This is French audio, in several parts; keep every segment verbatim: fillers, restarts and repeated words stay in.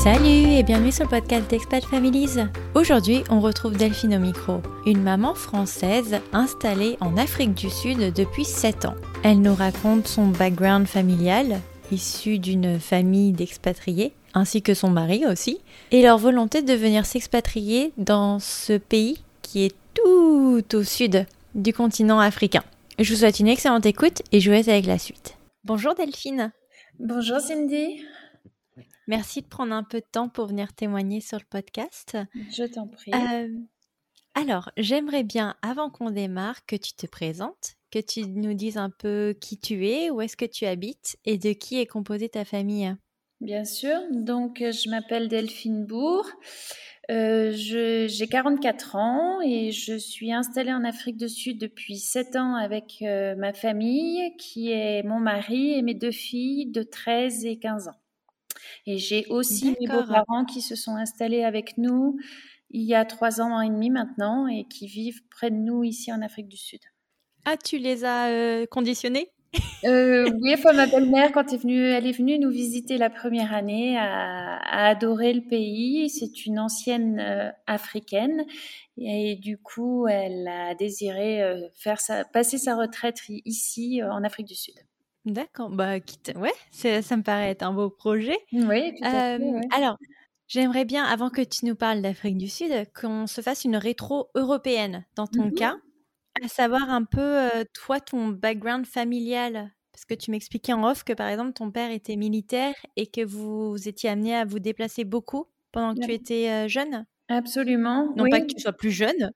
Salut et bienvenue sur le podcast d'Expat Families. Aujourd'hui, on retrouve Delphine au micro, une maman française installée en Afrique du Sud depuis sept ans. Elle nous raconte son background familial, issu d'une famille d'expatriés, ainsi que son mari aussi, et leur volonté de venir s'expatrier dans ce pays qui est tout au sud du continent africain. Je vous souhaite une excellente écoute et je vous laisse avec la suite. Bonjour Delphine. Bonjour Cindy. Merci de prendre un peu de temps pour venir témoigner sur le podcast. Je t'en prie. Euh, alors, j'aimerais bien, avant qu'on démarre, que tu te présentes, que tu nous dises un peu qui tu es, où est-ce que tu habites et de qui est composée ta famille. Bien sûr. Donc, je m'appelle Delphine Bourg. Euh, je, j'ai quarante-quatre ans et je suis installée en Afrique du Sud depuis sept ans avec euh, ma famille, qui est mon mari et mes deux filles de treize et quinze ans. Et j'ai aussi mes D'accord. beaux-parents qui se sont installés avec nous il y a trois ans et demi maintenant et qui vivent près de nous ici en Afrique du Sud. Ah, tu les as euh, conditionnés? Euh, oui, enfin, ma belle-mère, quand est venue, elle est venue nous visiter la première année, a, a adoré le pays. C'est une ancienne euh, africaine et du coup, elle a désiré euh, faire sa, passer sa retraite ici euh, en Afrique du Sud. D'accord, bah quitte, ouais, c'est, ça me paraît être un beau projet. Oui, tout à Euh, fait. Ouais. alors, j'aimerais bien, avant que tu nous parles d'Afrique du Sud, qu'on se fasse une rétro européenne dans ton Mhm. cas, à savoir un peu, euh, toi, ton background familial. Parce que tu m'expliquais en off que, par exemple, ton père était militaire et que vous, vous étiez amené à vous déplacer beaucoup pendant que tu étais euh, jeune. Absolument, Non oui. pas que tu sois plus jeune,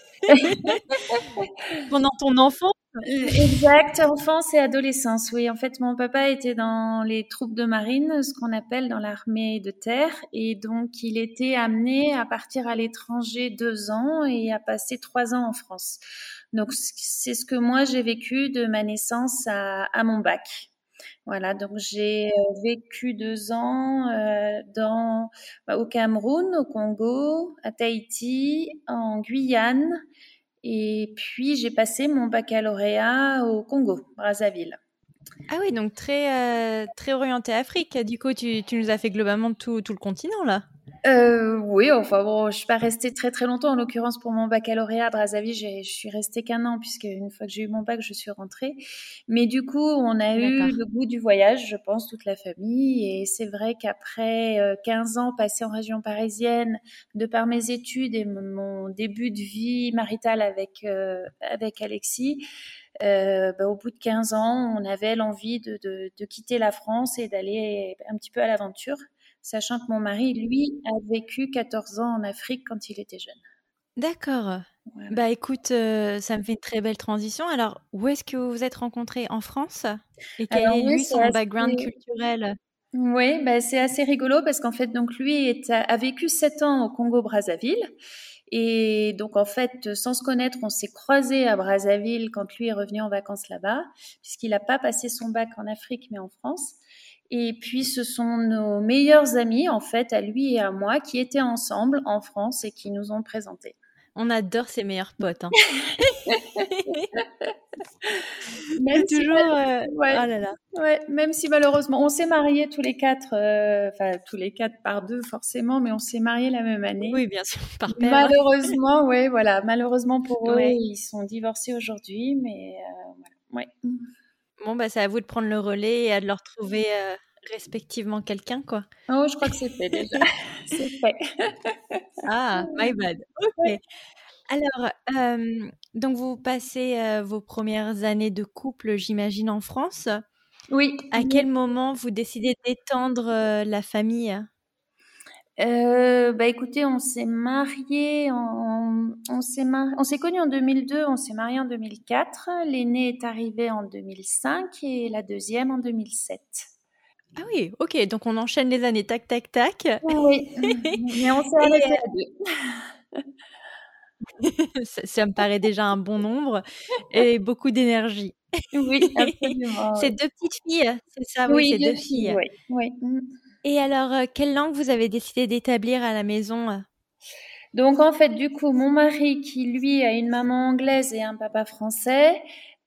pendant ton enfance. Exact, enfance et adolescence. Oui, en fait, mon papa était dans les troupes de marine, ce qu'on appelle dans l'armée de terre, et donc il était amené à partir à l'étranger deux ans et à passer trois ans en France. Donc c'est ce que moi j'ai vécu de ma naissance à, à mon bac. Voilà, donc j'ai euh, vécu deux ans euh, dans, bah, au Cameroun, au Congo, à Tahiti, en Guyane. Et puis, j'ai passé mon baccalauréat au Congo, Brazzaville. Ah oui, donc très, euh, très orienté Afrique. Du coup, tu, tu nous as fait globalement tout, tout le continent, là. Euh, oui, enfin bon, je suis pas restée très très longtemps. En l'occurrence, pour mon baccalauréat à Brazzaville, j'ai, je suis restée qu'un an, puisque une fois que j'ai eu mon bac, je suis rentrée. Mais du coup, on a eu D'accord. le goût du voyage, je pense, toute la famille. Et c'est vrai qu'après euh, quinze ans passés en région parisienne, de par mes études et mon, mon début de vie maritale avec, euh, avec Alexis, Euh, bah, au bout de quinze ans, on avait l'envie de, de, de quitter la France et d'aller un petit peu à l'aventure, sachant que mon mari, lui, a vécu quatorze ans en Afrique quand il était jeune. D'accord. Voilà. Bah écoute, euh, ça me fait une très belle transition. Alors, où est-ce que vous vous êtes rencontrés? En France? Et quel Alors est oui, lui c'est son background assez... culturel? Oui, bah, c'est assez rigolo parce qu'en fait, donc lui est, a vécu sept ans au Congo-Brazzaville. Et donc, en fait, sans se connaître, on s'est croisés à Brazzaville quand lui est revenu en vacances là-bas, puisqu'il n'a pas passé son bac en Afrique, mais en France. Et puis, ce sont nos meilleurs amis, en fait, à lui et à moi, qui étaient ensemble en France et qui nous ont présentés. On adore ses meilleurs potes. Hein. Même C'est si, toujours... euh, ouais, Oh là là. ouais, même si malheureusement, on s'est mariés tous les quatre, euh, enfin tous les quatre par deux forcément, mais on s'est mariés la même année. Oui, bien sûr, par paire. Malheureusement, ouais, voilà, malheureusement pour eux, Ouais. ils sont divorcés aujourd'hui, mais euh, voilà, ouais. Bon, bah c'est à vous de prendre le relais et de leur trouver euh, respectivement quelqu'un, quoi. Oh, je crois que c'est fait déjà, c'est fait. Ah, my bad. Ouais. Ok. Alors, euh, donc vous passez euh, vos premières années de couple, j'imagine, en France. Oui. À quel moment vous décidez d'étendre euh, la famille? Euh, bah écoutez, on s'est mariés, en, on s'est mar... on s'est connus en deux mille deux, on s'est mariés en deux mille quatre. L'aînée est arrivée en deux mille cinq et la deuxième en deux mille sept. Ah oui, ok, donc on enchaîne les années, tac, tac, tac. Oui, mais on s'est Et arrêté à deux. euh, ça, ça me paraît déjà un bon nombre et beaucoup d'énergie. Oui, absolument. C'est Oui, deux petites filles, c'est ça, oui, oui, c'est deux deux filles, filles. oui. Oui. Mm. Et alors, euh, quelle langue vous avez décidé d'établir à la maison? Donc en fait, du coup, mon mari qui lui a une maman anglaise et un papa français,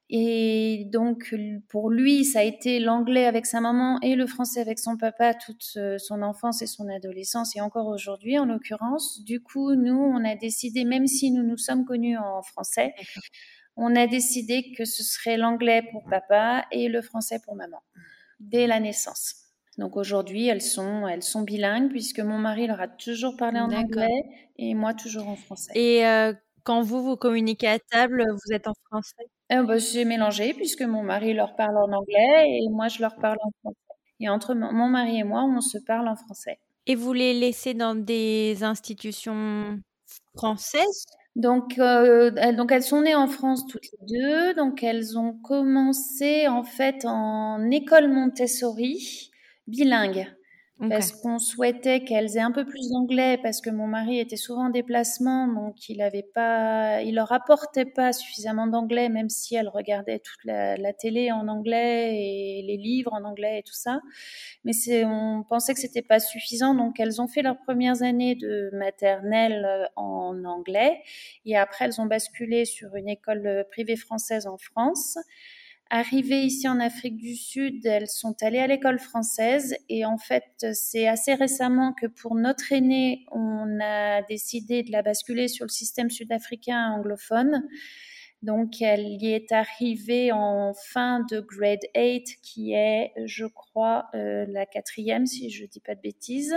Et donc, pour lui, ça a été l'anglais avec sa maman et le français avec son papa toute son enfance et son adolescence, et encore aujourd'hui en l'occurrence. Du coup, nous, on a décidé, même si nous nous sommes connus en français, D'accord. on a décidé que ce serait l'anglais pour papa et le français pour maman, dès la naissance. Donc aujourd'hui, elles sont, elles sont bilingues, puisque mon mari leur a toujours parlé en D'accord. anglais et moi toujours en français. Et euh, quand vous, vous communiquez à table, vous êtes en français? Euh, bah, j'ai mélangé, puisque mon mari leur parle en anglais et moi je leur parle en français. Et entre mon mon mari et moi, on se parle en français. Et vous les laissez dans des institutions françaises? Donc, euh, elles, donc elles sont nées en France toutes les deux. Donc elles ont commencé en fait en école Montessori bilingue. Ok. Parce qu'on souhaitait qu'elles aient un peu plus d'anglais, parce que mon mari était souvent en déplacement, donc il avait pas, il leur apportait pas suffisamment d'anglais, même si elles regardaient toute la, la télé en anglais et les livres en anglais et tout ça. Mais c'est, on pensait que c'était pas suffisant, donc elles ont fait leurs premières années de maternelle en anglais, et après elles ont basculé sur une école privée française en France. Arrivées ici en Afrique du Sud, elles sont allées à l'école française, et en fait, c'est assez récemment que pour notre aînée, on a décidé de la basculer sur le système sud-africain anglophone. Donc, elle y est arrivée en fin de grade huit, qui est, je crois, euh, la quatrième, si je ne dis pas de bêtises.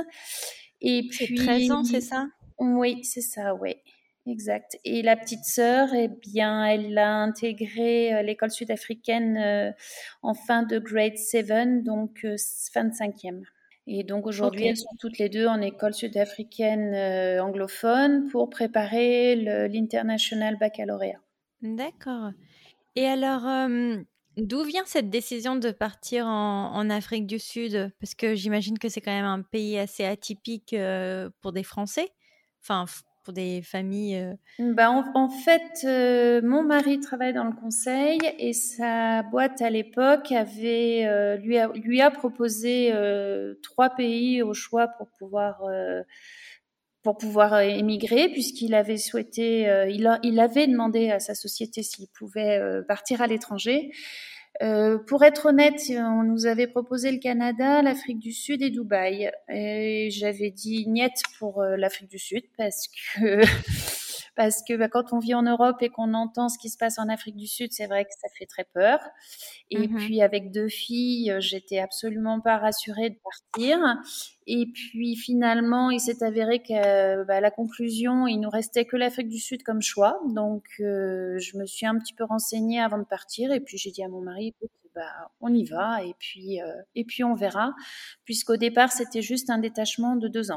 Et C'est treize ans, c'est puis, ça? oui, c'est ça, oui. Exact. Et la petite sœur, eh bien, elle a intégré euh, l'école sud-africaine euh, en fin de grade sept, donc euh, fin de cinquième. Et donc aujourd'hui, elles Ok. sont toutes les deux en école sud-africaine euh, anglophone pour préparer le- l'international baccalauréat. D'accord. Et alors, euh, d'où vient cette décision de partir en, en Afrique du Sud? Parce que j'imagine que c'est quand même un pays assez atypique euh, pour des Français, enfin f- pour des familles. euh. Bah, en, en fait, euh, mon mari travaille dans le conseil, et sa boîte à l'époque avait euh, lui a, lui a proposé euh, trois pays au choix pour pouvoir euh, pour pouvoir euh, émigrer, puisqu'il avait souhaité, euh, il, a, il avait demandé à sa société s'il pouvait euh, partir à l'étranger. Euh, pour être honnête, on nous avait proposé le Canada, l'Afrique du Sud et Dubaï. Et j'avais dit niet pour euh, l'Afrique du Sud, parce que parce que bah, quand on vit en Europe et qu'on entend ce qui se passe en Afrique du Sud, c'est vrai que ça fait très peur. Et Mhm. puis avec deux filles, j'étais absolument pas rassurée de partir. Et puis finalement, il s'est avéré qu'à bah, la conclusion, il nous restait que l'Afrique du Sud comme choix. Donc euh, je me suis un petit peu renseignée avant de partir, et puis j'ai dit à mon mari, écoute, bah, on y va, et puis euh, et puis on verra, puisqu'au départ c'était juste un détachement de deux ans.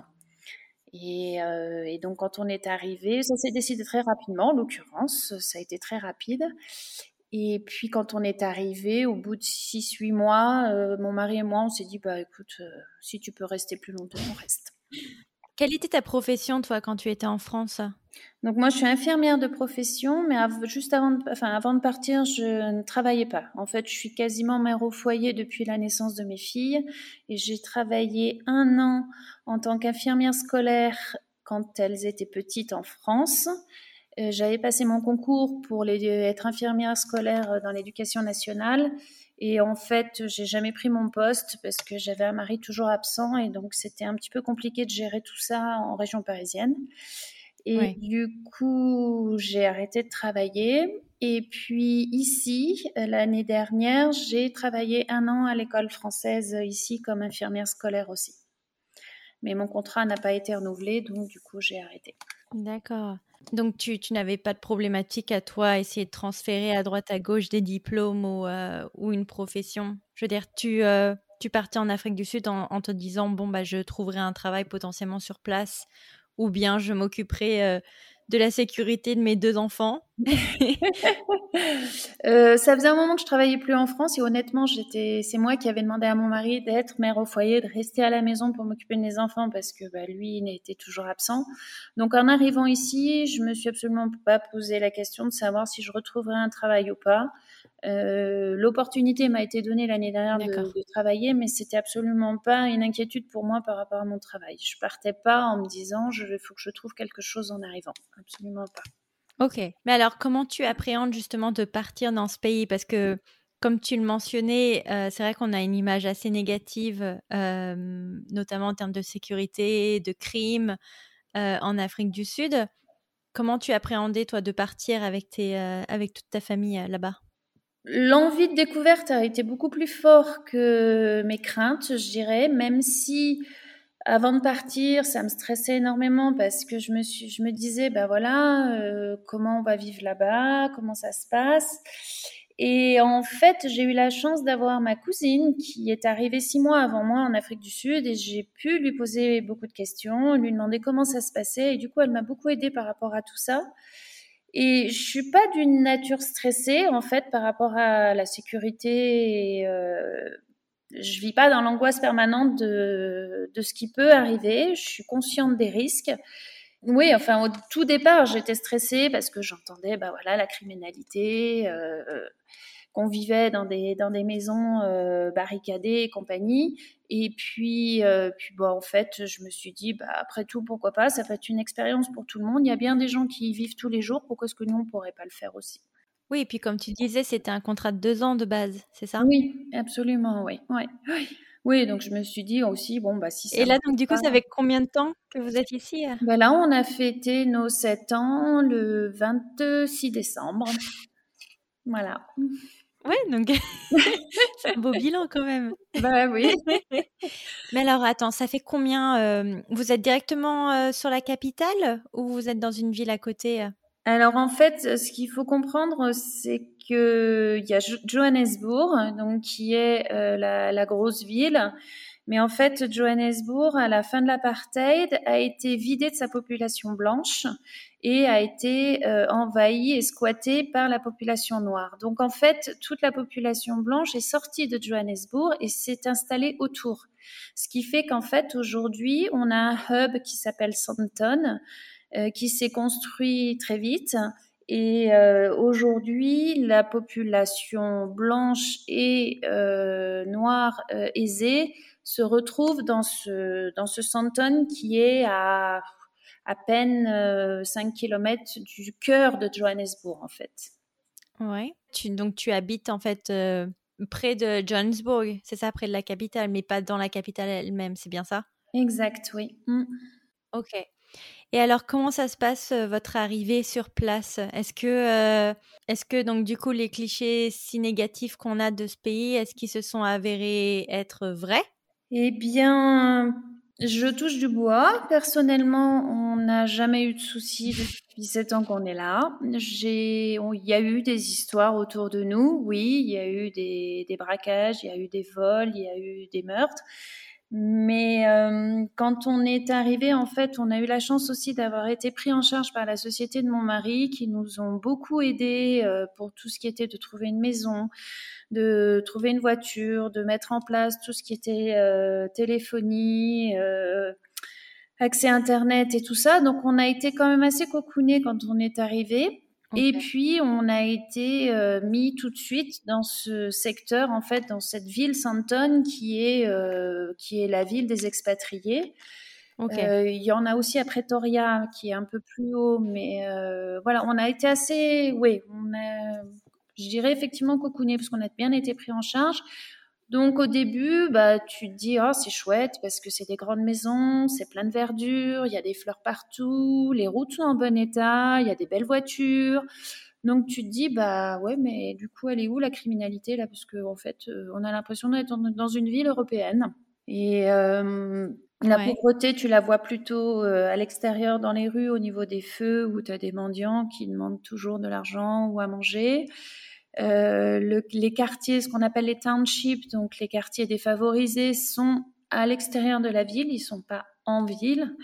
Et, euh, et donc quand on est arrivé, ça s'est décidé très rapidement, en l'occurrence, ça a été très rapide. Et puis quand on est arrivé, au bout de six huit mois, euh, mon mari et moi, on s'est dit, bah écoute, euh, si tu peux rester plus longtemps, on reste. Quelle était ta profession, toi, quand tu étais en France? Donc moi, je suis infirmière de profession, mais av- juste avant de, enfin, avant de partir, je ne travaillais pas. En fait, je suis quasiment mère au foyer depuis la naissance de mes filles, et j'ai travaillé un an en tant qu'infirmière scolaire quand elles étaient petites en France. Euh, j'avais passé mon concours pour les, être infirmière scolaire dans l'éducation nationale. Et en fait, j'ai jamais pris mon poste parce que j'avais un mari toujours absent, et donc c'était un petit peu compliqué de gérer tout ça en région parisienne. Et Oui. du coup, j'ai arrêté de travailler. Et puis ici, l'année dernière, j'ai travaillé un an à l'école française ici comme infirmière scolaire aussi. Mais mon contrat n'a pas été renouvelé, donc du coup, j'ai arrêté. D'accord. Donc, tu, tu n'avais pas de problématique à toi à essayer de transférer à droite à gauche des diplômes ou, euh, ou une profession. Je veux dire, tu, euh, tu partais en Afrique du Sud en, en te disant, bon, bah, je trouverai un travail potentiellement sur place, ou bien je m'occuperai euh, de la sécurité de mes deux enfants. Euh, ça faisait un moment que je travaillais plus en France, et honnêtement, j'étais, c'est moi qui avais demandé à mon mari d'être mère au foyer, de rester à la maison pour m'occuper de mes enfants, parce que bah, lui, il était toujours absent. Donc en arrivant ici, je me suis absolument pas posé la question de savoir si je retrouverais un travail ou pas. Euh, l'opportunité m'a été donnée l'année dernière de, D'accord. de travailler, mais c'était absolument pas une inquiétude pour moi par rapport à mon travail. Je partais pas en me disant, il faut que je trouve quelque chose en arrivant. Absolument pas. Ok. Mais alors, comment tu appréhendes justement de partir dans ce pays? Parce que, comme tu le mentionnais, euh, c'est vrai qu'on a une image assez négative, euh, notamment en termes de sécurité, de crime, euh, en Afrique du Sud. Comment tu appréhendais, toi, de partir avec tes, euh, avec toute ta famille euh, là-bas? L'envie de découverte a été beaucoup plus fort que mes craintes, je dirais, même si avant de partir, ça me stressait énormément parce que je me suis, je me disais, bah voilà, euh, comment on va vivre là-bas, comment ça se passe. Et en fait, j'ai eu la chance d'avoir ma cousine qui est arrivée six mois avant moi en Afrique du Sud et j'ai pu lui poser beaucoup de questions, lui demander comment ça se passait et du coup, elle m'a beaucoup aidée par rapport à tout ça. Et je suis pas d'une nature stressée en fait par rapport à la sécurité. Et, euh, je vis pas dans l'angoisse permanente de, de ce qui peut arriver. Je suis consciente des risques. Oui, enfin au tout départ, j'étais stressée parce que j'entendais, bah voilà, la criminalité, euh, qu'on vivait dans des dans des maisons euh, barricadées et compagnie. Et puis, euh, puis bon, en fait, je me suis dit, bah après tout, pourquoi pas? Ça peut être une expérience pour tout le monde. Il y a bien des gens qui y vivent tous les jours. Pourquoi est-ce que nous on pourrait pas le faire aussi? Oui, et puis comme tu disais, c'était un contrat de deux ans de base, c'est ça? Oui, absolument, oui, ouais. Oui, oui, donc je me suis dit aussi, bon, bah si Et ça là, marche donc, du coup, pas. ça fait combien de temps que vous êtes ici? euh Ben là, on a fêté nos sept ans le vingt-six décembre. Voilà. Ouais, donc c'est un beau bilan quand même. Bah oui. Mais alors, attends, ça fait combien euh, vous êtes directement euh, sur la capitale ou vous êtes dans une ville à côté? euh Alors en fait, ce qu'il faut comprendre, c'est que il y a Jo- Johannesburg, donc qui est euh, la, la grosse ville, mais en fait, Johannesburg, à la fin de l'apartheid, a été vidée de sa population blanche et a été euh, envahie et squattée par la population noire. Donc en fait, toute la population blanche est sortie de Johannesburg et s'est installée autour. Ce qui fait qu'en fait, aujourd'hui, on a un hub qui s'appelle Sandton, euh, qui s'est construit très vite. Et euh, aujourd'hui, la population blanche et euh, noire euh, aisée se retrouve dans ce, dans ce Sandton qui est à à peine euh, cinq kilomètres du cœur de Johannesburg, en fait. Ouais. Tu, donc, tu habites en fait euh, près de Johannesburg, c'est ça, près de la capitale, mais pas dans la capitale elle-même, c'est bien ça? Exact, oui. Mm. Ok. Et alors, comment ça se passe, euh, votre arrivée sur place? Est-ce que, euh, est-ce que donc du coup les clichés si négatifs qu'on a de ce pays, est-ce qu'ils se sont avérés être vrais? Eh bien, je touche du bois. Personnellement, on n'a jamais eu de soucis depuis sept ans qu'on est là. J'ai, on- il y a eu des histoires autour de nous, oui, il y a eu des, des braquages, il y a eu des vols, il y a eu des meurtres. Mais euh, quand on est arrivé, en fait, on a eu la chance aussi d'avoir été pris en charge par la société de mon mari, qui nous ont beaucoup aidés euh, pour tout ce qui était de trouver une maison, de trouver une voiture, de mettre en place tout ce qui était euh, téléphonie, euh, accès Internet et tout ça. Donc, on a été quand même assez cocoonés quand on est arrivé. Et Ok. puis, on a été euh, mis tout de suite dans ce secteur, en fait, dans cette ville Santon, qui est euh, qui est la ville des expatriés. Ok. Euh, Il y en a aussi à Pretoria, qui est un peu plus haut, mais euh, voilà, on a été assez, oui, on a, je dirais effectivement cocooné parce qu'on a bien été pris en charge. Donc au début, bah tu te dis oh c'est chouette parce que c'est des grandes maisons, c'est plein de verdure, il y a des fleurs partout, les routes sont en bon état, il y a des belles voitures. Donc tu te dis bah ouais mais du coup elle est où la criminalité là parce que en fait euh, on a l'impression d'être dans, dans une ville européenne et euh, la Ouais. pauvreté tu la vois plutôt euh, à l'extérieur dans les rues au niveau des feux où tu as des mendiants qui demandent toujours de l'argent ou à manger. Euh, le, les quartiers, ce qu'on appelle les townships, donc les quartiers défavorisés, sont à l'extérieur de la ville, ils sont pas en ville.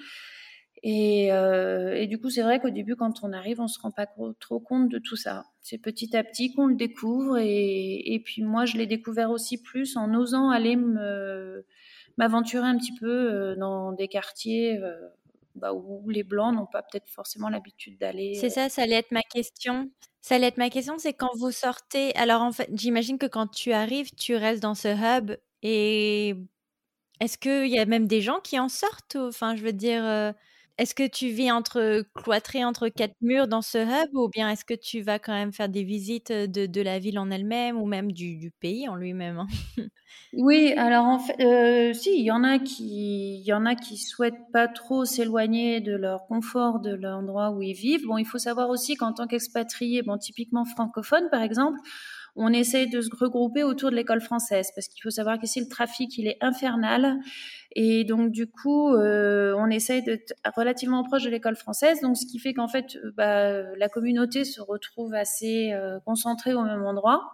Et, euh, et du coup, c'est vrai qu'au début, quand on arrive, on se rend pas trop compte de tout ça. C'est petit à petit qu'on le découvre. Et, et puis moi, je l'ai découvert aussi plus en osant aller me, m'aventurer un petit peu euh, dans des quartiers euh, bah, où les blancs n'ont pas peut-être forcément l'habitude d'aller. C'est ça, ça allait être ma question. Ça allait être ma question, c'est quand vous sortez. Alors en fait, j'imagine que quand tu arrives, tu restes dans ce hub et est-ce qu'il y a même des gens qui en sortent? ou- Enfin, je veux dire, euh, Est-ce que tu vis entre cloîtré entre quatre murs dans ce hub ou bien est-ce que tu vas quand même faire des visites, de de la ville en elle-même ou même du du pays en lui-même, hein? Oui, alors en fait, heu, si, il y en a qui il y en a qui souhaitent pas trop s'éloigner de leur confort, de l'endroit où ils vivent. Bon, il faut savoir aussi qu'en tant qu'expatrié, bon, typiquement francophone, par exemple, on essaye de se regrouper autour de l'école française parce qu'il faut savoir qu'ici, le trafic, il est infernal et donc du coup, heu, on essaye d'être relativement proche de l'école française, donc ce qui fait qu'en fait, heu, bah, la communauté se retrouve assez, heu, concentrée au même endroit.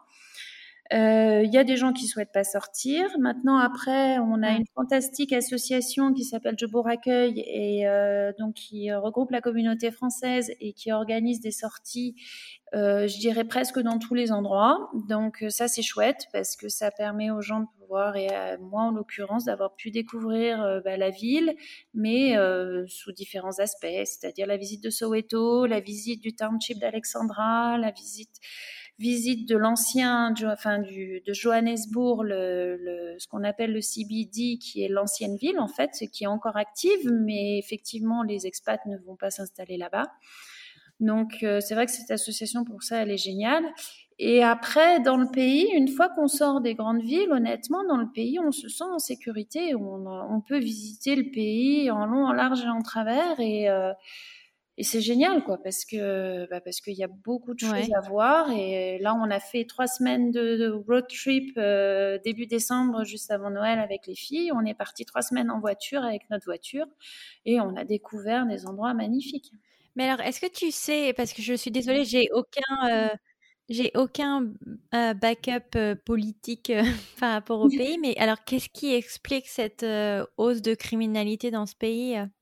Euh, Il y a des gens qui souhaitent pas sortir. Maintenant, après, on a Mmh. une fantastique association qui s'appelle Jebour Accueil et euh, donc qui euh, regroupe la communauté française et qui organise des sorties, euh, je dirais presque dans tous les endroits. Donc euh, ça, c'est chouette parce que ça permet aux gens de pouvoir, et à moi en l'occurrence, d'avoir pu découvrir euh, bah, la ville, mais euh, sous différents aspects, c'est-à-dire la visite de Soweto, la visite du township d'Alexandra, la visite visite de l'ancien, enfin du, de Johannesburg, le, le, ce qu'on appelle le C B D, qui est l'ancienne ville en fait, qui est encore active, mais effectivement les expats ne vont pas s'installer là-bas. Donc euh, c'est vrai que cette association pour ça, elle est géniale. Et après, dans le pays, une fois qu'on sort des grandes villes, honnêtement, dans le pays, on se sent en sécurité. On, on peut visiter le pays en long, en large et en travers. Et, euh, et c'est génial, quoi, parce que bah, parce qu'il y a beaucoup de choses Ouais. à voir. Et là, on a fait trois semaines de, de road trip euh, début décembre, juste avant Noël, avec les filles. On est parti trois semaines en voiture avec notre voiture et on a découvert des endroits magnifiques. Mais alors, est-ce que tu sais, parce que je suis désolée, j'ai aucun, euh, j'ai aucun euh, backup euh, politique euh, par rapport au pays, mais alors qu'est-ce qui explique cette euh, hausse de criminalité dans ce pays? euh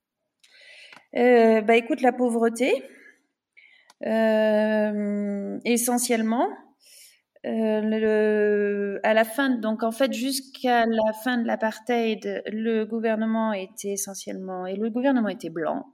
Euh, bah écoute, la pauvreté, euh, essentiellement. Euh, le, à la fin, donc en fait, jusqu'à la fin de l'apartheid, le gouvernement était essentiellement, et le gouvernement était blanc.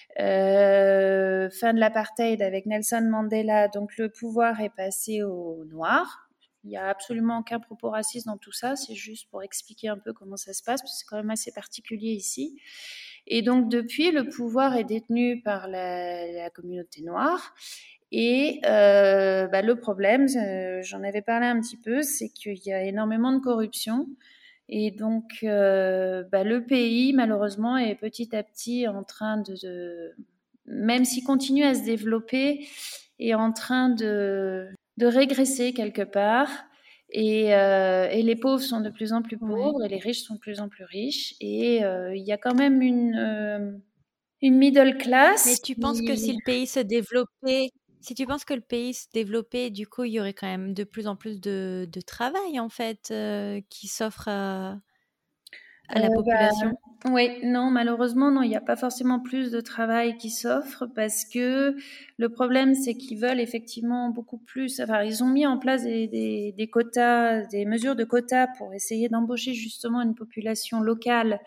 Euh, fin de l'apartheid avec Nelson Mandela, donc le pouvoir est passé aux Noirs. Il n'y a absolument aucun propos raciste dans tout ça, c'est juste pour expliquer un peu comment ça se passe, parce que c'est quand même assez particulier ici. Et donc depuis, le pouvoir est détenu par la, la communauté noire. Et euh, bah, le problème, euh, j'en avais parlé un petit peu, c'est qu'il y a énormément de corruption. Et donc, euh, bah, le pays, malheureusement, est petit à petit en train de, de même s'il continue à se développer, est en train de, de régresser quelque part. Et, euh, et les pauvres sont de plus en plus Ouais. pauvres et les riches sont de plus en plus riches. Et euh, il y a quand même une, euh, une middle Mais class tu penses que si qui, le pays se développait, si tu penses que le pays se développait, du coup, il y aurait quand même de plus en plus de, de travail, en fait, euh, qui s'offre à, à Euh, la bah, population. oui, non, malheureusement, non, il n'y a pas forcément plus de travail qui s'offre parce que le problème, c'est qu'ils veulent effectivement beaucoup plus. Enfin, ils ont mis en place des, des, des quotas, des mesures de quotas pour essayer d'embaucher justement une population locale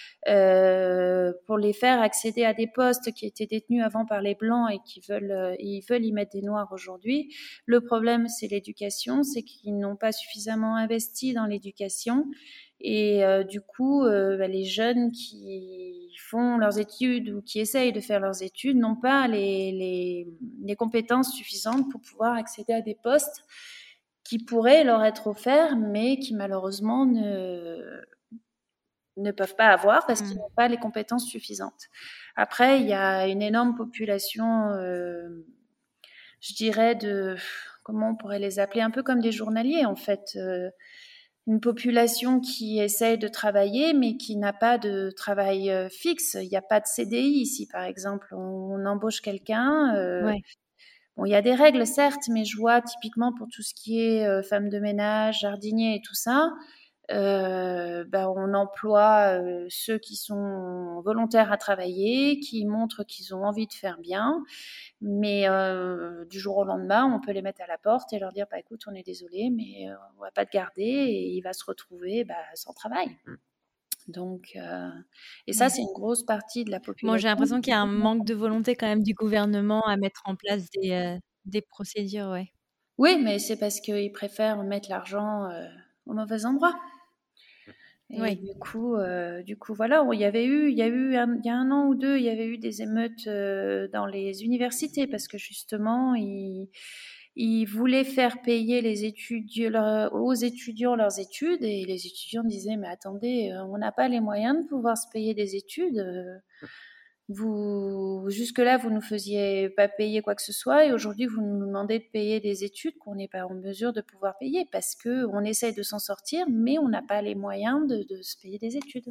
euh, pour les faire accéder à des postes qui étaient détenus avant par les blancs et qui veulent, euh, ils veulent y mettre des noirs aujourd'hui. Le problème, c'est l'éducation, c'est qu'ils n'ont pas suffisamment investi dans l'éducation. Et euh, du coup, euh, bah, les jeunes qui font leurs études ou qui essayent de faire leurs études n'ont pas les, les, les compétences suffisantes pour pouvoir accéder à des postes qui pourraient leur être offerts, mais qui malheureusement ne, ne peuvent pas avoir parce qu'ils Hmm. n'ont pas les compétences suffisantes. Après, il y a une énorme population, euh, je dirais, de, comment on pourrait les appeler, un peu comme des journaliers en fait. Euh, une population qui essaye de travailler mais qui n'a pas de travail euh, fixe. Il n'y a pas de C D I ici, par exemple. On, on embauche quelqu'un. Euh, Ouais. bon, il y a des règles, certes, mais je vois typiquement pour tout ce qui est euh, femme de ménage, jardinier et tout ça, euh, ben, on emploie euh, ceux qui sont volontaires à travailler, qui montrent qu'ils ont envie de faire bien, mais euh, du jour au lendemain, on peut les mettre à la porte et leur dire bah, écoute, on est désolé, mais euh, on va pas te garder et il va se retrouver bah, sans travail. Donc, euh, et ça, Ouais. c'est une grosse partie de la Bon, j'ai population. l'impression qu'il y a un manque de volonté quand même du gouvernement à mettre en place des, euh, des procédures, ouais. Oui, mais c'est parce qu'ils préfèrent mettre l'argent euh, au mauvais endroit. Et Oui, du coup, heu, du coup, voilà, on il y avait eu il y a eu un il y a un an ou deux, il y avait eu des émeutes, heu, dans les universités parce que justement, ils ils voulaient faire payer les étudiants leurs aux étudiants leurs études et les étudiants disaient: «Mais attendez, heu, on n'a pas les moyens de pouvoir se payer des études, heu, vous jusque-là, vous nous faisiez pas payer quoi que ce soit et aujourd'hui, vous nous demandez de payer des études qu'on n'est pas en mesure de pouvoir payer parce que on essaye de s'en sortir, mais on n'a pas les moyens de, de se payer des études.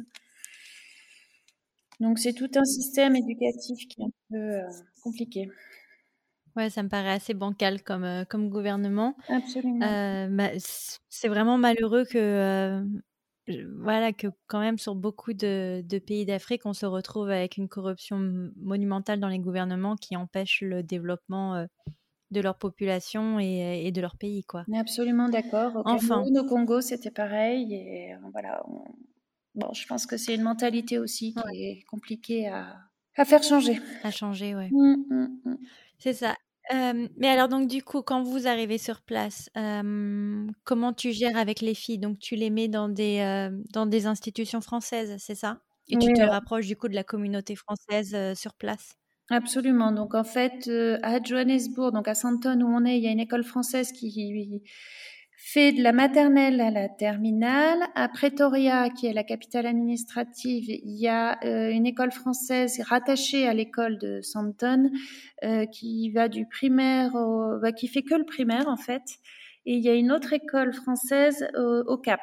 Donc c'est tout un système éducatif qui est un peu euh, compliqué. ouais, ça me paraît assez bancal comme, euh, comme gouvernement. Absolument. Euh, bah, c- c'est vraiment malheureux que, euh, je- voilà, que quand même sur beaucoup de, de pays d'Afrique, on se retrouve avec une corruption m- monumentale dans les gouvernements qui empêche le développement euh, de leur population et, et de leur pays, quoi. On est absolument d'accord. Au Enfin, Cameroun, au Congo, c'était pareil. Et euh, voilà. on- Bon, je pense que c'est une mentalité aussi ouais, qui est compliquée à, à faire changer. à changer, ouais. Mm, mm, mm. C'est ça. Hem, mais alors donc du coup, quand vous arrivez sur place, hem, comment tu gères avec les filles? Donc tu les mets dans des, heu, dans des institutions françaises, c'est ça? Et tu Oui, te alors, rapproches du coup de la communauté française, heu, sur place? absolument. Donc en fait, euh, à Johannesburg, donc à Sandton où on est, il y a une école française qui fait de la maternelle à la terminale. À Pretoria, qui est la capitale administrative, il y a euh, une école française rattachée à l'école de Sandton euh, qui va du primaire au, bah, qui fait que le primaire en fait. Et il y a une autre école française au, au Cap.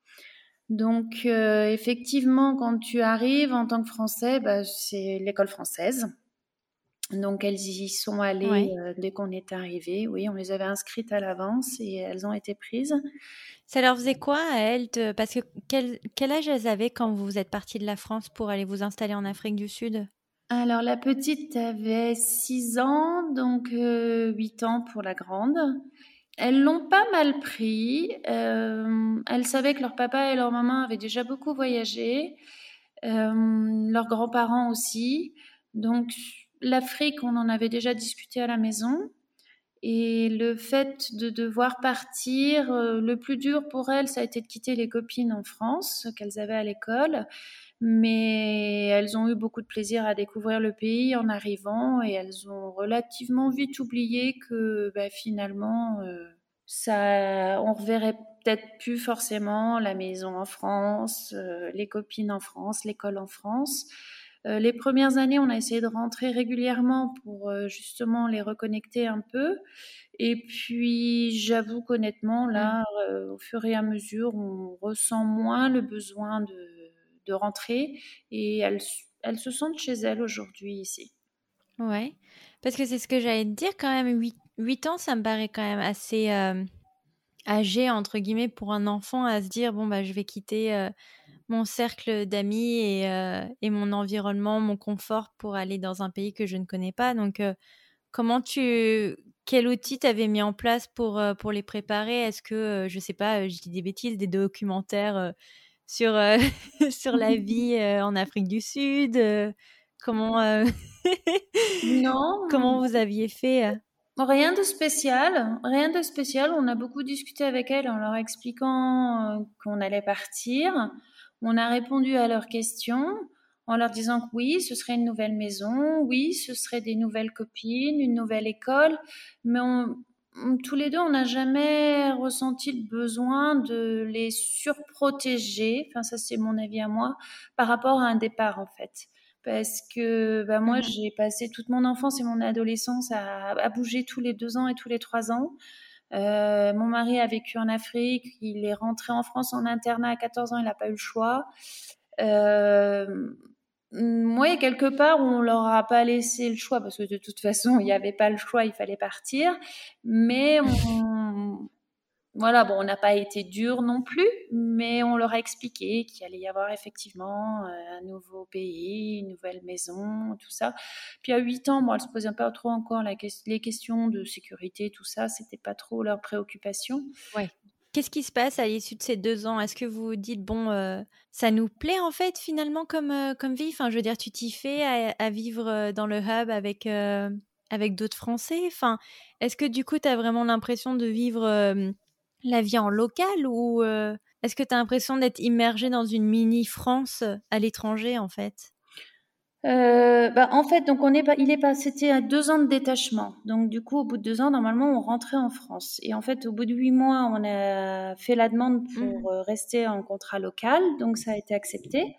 Donc euh, effectivement, quand tu arrives en tant que Français, bah, c'est l'école française. Donc elles y sont allées Ouais. euh, dès qu'on est arrivé. Oui, on les avait inscrites à l'avance et elles ont été prises. Ça leur faisait quoi à elles de parce que quel quel âge elles avaient quand vous êtes partis de la France pour aller vous installer en Afrique du Sud? Alors la petite avait six ans, donc euh, huit ans pour la grande. Elles l'ont pas mal pris. Euh, elles savaient que leur papa et leur maman avaient déjà beaucoup voyagé, euh, leurs grands-parents aussi. Donc l'Afrique, on en avait déjà discuté à la maison. Et le fait de devoir partir, euh, le plus dur pour elles, ça a été de quitter les copines en France qu'elles avaient à l'école. Mais elles ont eu beaucoup de plaisir à découvrir le pays en arrivant et elles ont relativement vite oublié que bah, finalement, euh, ça, on reverrait peut-être plus forcément la maison en France, euh, les copines en France, l'école en France. Euh, les premières années, on a essayé de rentrer régulièrement pour euh, justement les reconnecter un peu. Et puis, j'avoue qu'honnêtement, Mmh. là, euh, au fur et à mesure, on ressent moins le besoin de, de rentrer et elles, elles se sentent chez elles aujourd'hui ici. Ouais. Parce que c'est ce que j'allais te dire quand même, huit huit ans, ça me paraît quand même assez, hem, «âgé» entre guillemets pour un enfant à se dire: «Bon bah je vais quitter, heu» mon cercle d'amis et, heu, et mon environnement, mon confort pour aller dans un pays que je ne connais pas. Donc, heu, comment tu quel outil tu avais mis en place pour, heu, pour les préparer? Est-ce que, heu, je sais pas, heu, je dis des bêtises, des documentaires, heu, sur, heu, sur la vie, heu, en Afrique du Sud? Heu, comment, heu, Non, comment vous aviez fait, heu? rien de spécial, rien de spécial. On a beaucoup discuté avec elles en leur expliquant euh, qu'on allait partir. On a répondu à leurs questions en leur disant que oui, ce serait une nouvelle maison, oui, ce serait des nouvelles copines, une nouvelle école, mais on, on- tous les deux, on n'a jamais ressenti le besoin de les surprotéger. Enfin, ça, c'est mon avis à moi, par rapport à un départ, en fait. Parce que bah, moi, Mmh. j'ai passé toute mon enfance et mon adolescence à, à bouger tous les deux ans et tous les trois ans. Euh, mon mari a vécu en Afrique, il est rentré en France en internat à quatorze ans, il n'a pas eu le choix. Euh, moi, quelque part, on leur a pas laissé le choix parce que de toute façon, il n'y avait pas le choix, il fallait partir. Mais on, voilà, bon, on n'a pas été dur non plus, mais on leur a expliqué qu'il allait y avoir effectivement euh, un nouveau pays, une nouvelle maison, tout ça. Puis à huit ans, bon, elles se posaient pas trop encore la que- les questions de sécurité, tout ça, c'était pas trop leur préoccupation. Ouais. Qu'est-ce qui se passe à l'issue de ces deux ans? Est-ce que vous vous dites: «Bon, heu, ça nous plaît en fait finalement comme, heu, comme vie?» Enfin, je veux dire, tu t'y fais à à vivre, heu, dans le hub avec, heu, avec d'autres Français? Enfin, est-ce que du coup, tu as vraiment l'impression de vivre, hem, la vie en local ou, heu? Est-ce que tu as l'impression d'être immergée dans une mini France à l'étranger, en fait? Euh, bah, en fait, donc on est pas, il est pas, c'était à deux ans de détachement. Donc du coup, au bout de deux ans, normalement, on rentrait en France. Et en fait, au bout de huit mois, on a fait la demande Mmh. pour euh, rester en contrat local. Donc ça a été accepté.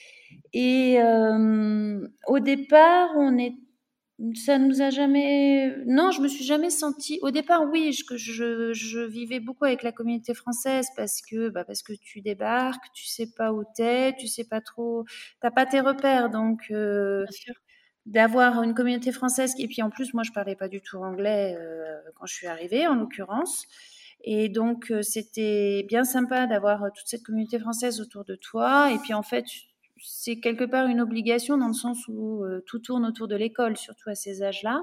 Et euh, au départ, on est, ça nous a jamais. Non, je me suis jamais sentie. Au départ, oui, je, que je, je vivais beaucoup avec la communauté française parce que, bah, parce que tu débarques, tu sais pas où t'es, tu sais pas trop, t'as pas tes repères, donc. Euh, Bien sûr. d'avoir une communauté française et puis en plus moi je parlais pas du tout anglais euh, quand je suis arrivée en l'occurrence et donc euh, c'était bien sympa d'avoir euh, toute cette communauté française autour de toi et puis en fait c'est quelque part une obligation dans le sens où euh, tout tourne autour de l'école surtout à ces âges-là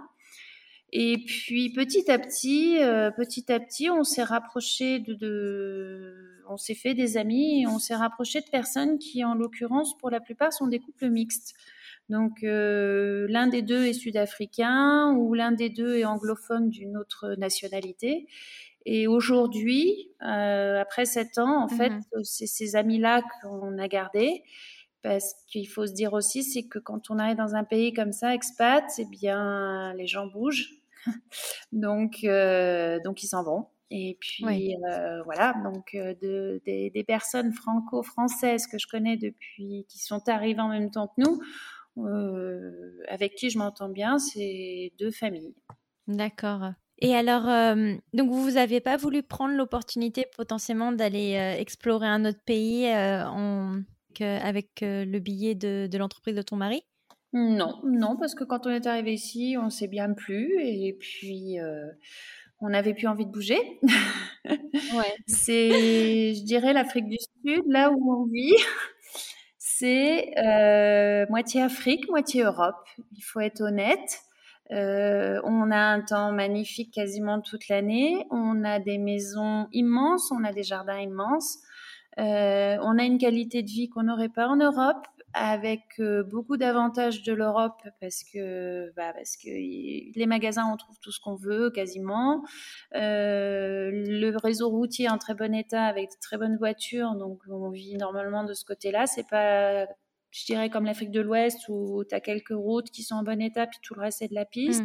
et puis petit à petit euh, petit à petit on s'est rapproché de, de on s'est fait des amis et on s'est rapproché de personnes qui en l'occurrence pour la plupart sont des couples mixtes. Donc euh, l'un des deux est sud-africain ou l'un des deux est anglophone d'une autre nationalité. Et aujourd'hui, euh, après sept ans, en fait, Mmh. c'est ces amis-là qu'on a gardés. Parce qu'il faut se dire aussi, c'est que quand on arrive dans un pays comme ça, expat, eh bien, les gens bougent. Donc, euh, donc ils s'en vont. Et Oui. puis euh, voilà, donc euh, de, des, des personnes franco-françaises que je connais depuis, qui sont arrivées en même temps que nous, euh, avec qui je m'entends bien, c'est deux familles. D'accord. Et alors, euh, donc vous vous avez pas voulu prendre l'opportunité potentiellement d'aller euh, explorer un autre pays euh, en- que- avec euh, le billet de, de l'entreprise de ton mari? Non, non, parce que quand on est arrivé ici, on s'est bien plu et puis euh, on n'avait plus envie de bouger. Ouais. C'est, je dirais, l'Afrique du Sud, là où on vit, c'est euh, moitié Afrique, moitié Europe. Il faut être honnête. Euh, on a un temps magnifique quasiment toute l'année. On a des maisons immenses, on a des jardins immenses. Euh, on a une qualité de vie qu'on n'aurait pas en Europe, avec euh, beaucoup d'avantages de l'Europe parce que, bah, parce que y- les magasins, on trouve tout ce qu'on veut quasiment. Euh, le réseau routier est en très bon état avec de très bonnes voitures, donc on vit normalement de ce côté-là. C'est pas, je dirais, comme l'Afrique de l'Ouest où tu as quelques routes qui sont en bon état, puis tout le reste c'est de la piste. Hmm.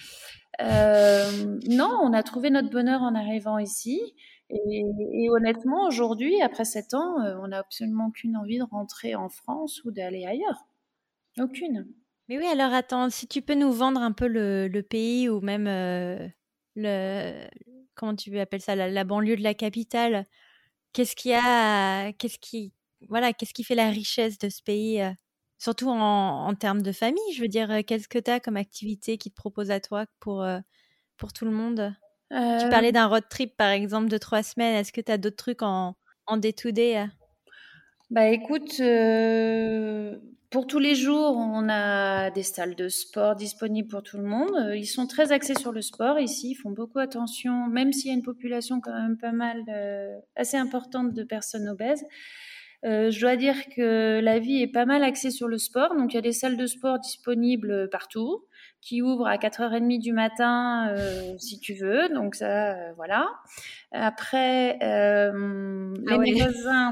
Euh, non, on a trouvé notre bonheur en arrivant ici. Et, et honnêtement, aujourd'hui, après sept ans, euh, on n'a absolument aucune envie de rentrer en France ou d'aller ailleurs. Aucune. Mais oui, alors attends, si tu peux nous vendre un peu le, le pays ou même euh, le, comment tu appelles ça, la, la banlieue de la capitale, qu'est-ce qu'il y a, qu'est-ce qui, voilà, qu'est-ce qui fait la richesse de ce pays, euh, surtout en, en termes de famille, je veux dire, euh, qu'est-ce que tu as comme activité qui te propose à toi pour, euh, pour tout le monde? Tu Euh, parlais d'un road trip, par exemple, de trois semaines. Est-ce que tu as d'autres trucs en, en day-to-day? euh Bah écoute, euh, pour tous les jours, on a des salles de sport disponibles pour tout le monde. Euh, Ils sont très axés sur le sport ici, ils font beaucoup attention, même s'il y a une population quand même pas mal, euh, assez importante de personnes obèses. Euh, je dois dire que la vie est pas mal axée sur le sport, donc il y a des salles de sport disponibles partout, qui ouvrent à quatre heures trente du matin euh, si tu veux, donc ça, euh, voilà. Après, euh, Ah les ouais. magasins.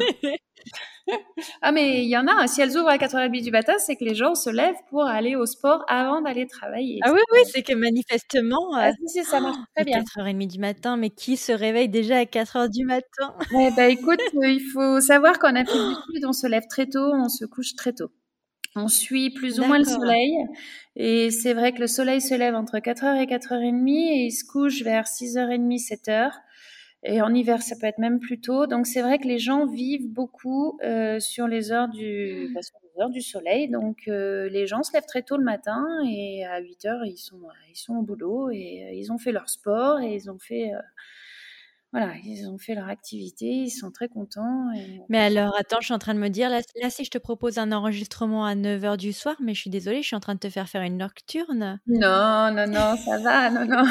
Ah, mais il y en a, hein. Si elles ouvrent à quatre heures trente du matin, c'est que les gens se lèvent pour aller au sport avant d'aller travailler. Ah oui, oui, c'est que manifestement, Ah heu, si, si, ça marche très mais bien. quatre heures trente du matin, mais qui se réveille déjà à quatre heures du matin? Ouais, bah écoute, euh, il faut savoir qu'en Afrique du Sud, on se lève très tôt, on se couche très tôt. On suit plus ou moins le D'accord. soleil. Et c'est vrai que le soleil se lève entre quatre heures et quatre heures trente et il se couche vers six heures trente, sept heures. Et en hiver, ça peut être même plus tôt. Donc c'est vrai que les gens vivent beaucoup euh, sur les heures du, bah, sur les heures du soleil. Donc euh, les gens se lèvent très tôt le matin et à huit heures, ils sont, ils sont au boulot et euh, ils ont fait leur sport et ils ont fait, euh, voilà, ils ont fait leur activité. Ils sont très contents. Et... Mais alors attends, je suis en train de me dire là là si je te propose un enregistrement à neuf heures du soir, mais je suis désolée, je suis en train de te faire faire une nocturne. Non, non, non, ça va, non, non.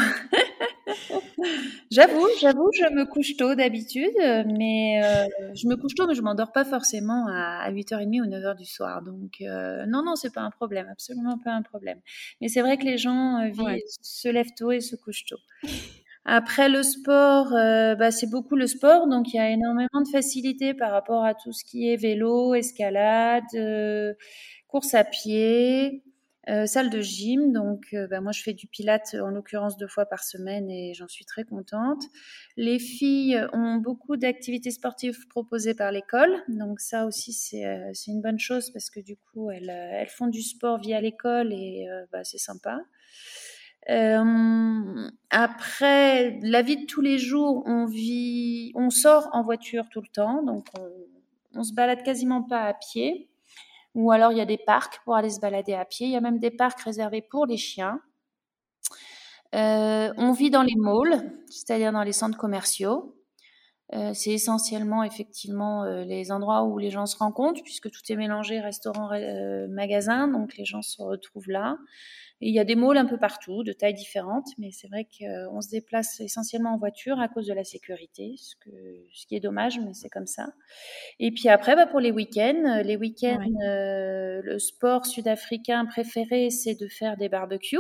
J'avoue, j'avoue, je me couche tôt d'habitude, euh, mais euh, je me couche tôt, mais je m'endors pas forcément à, à huit heures trente ou neuf heures du soir. Donc, euh, non, non, c'est pas un problème, absolument pas un problème. Mais c'est vrai que les gens euh, Ouais. vivent- se lèvent tôt et se couchent tôt. Après le sport, euh, bah, c'est beaucoup le sport, donc il y a énormément de facilité par rapport à tout ce qui est vélo, escalade, euh, course à pied, euh, salle de gym. Donc euh, bah, moi je fais du pilates en l'occurrence deux fois par semaine et j'en suis très contente. Les filles ont beaucoup d'activités sportives proposées par l'école, donc ça aussi c'est euh, c'est une bonne chose parce que du coup elles, euh, elles font du sport via l'école et euh, bah, c'est sympa. Euh, après, la vie de tous les jours, on vit, on sort en voiture tout le temps, donc on, on se balade quasiment pas à pied. Ou alors il y a des parcs pour aller se balader à pied. Il y a même des parcs réservés pour les chiens. Euh, on vit dans les malls, c'est-à-dire dans les centres commerciaux. Euh, c'est essentiellement effectivement euh, les endroits où les gens se rencontrent, puisque tout est mélangé, restaurant, euh, magasin, donc les gens se retrouvent là. Et il y a des malls un peu partout, de tailles différentes, mais c'est vrai qu'on se déplace essentiellement en voiture à cause de la sécurité, ce, que, ce qui est dommage, mais c'est comme ça. Et puis après, bah, pour les week-ends, les week-ends, Ouais. euh, le sport sud-africain préféré, c'est de faire des barbecues.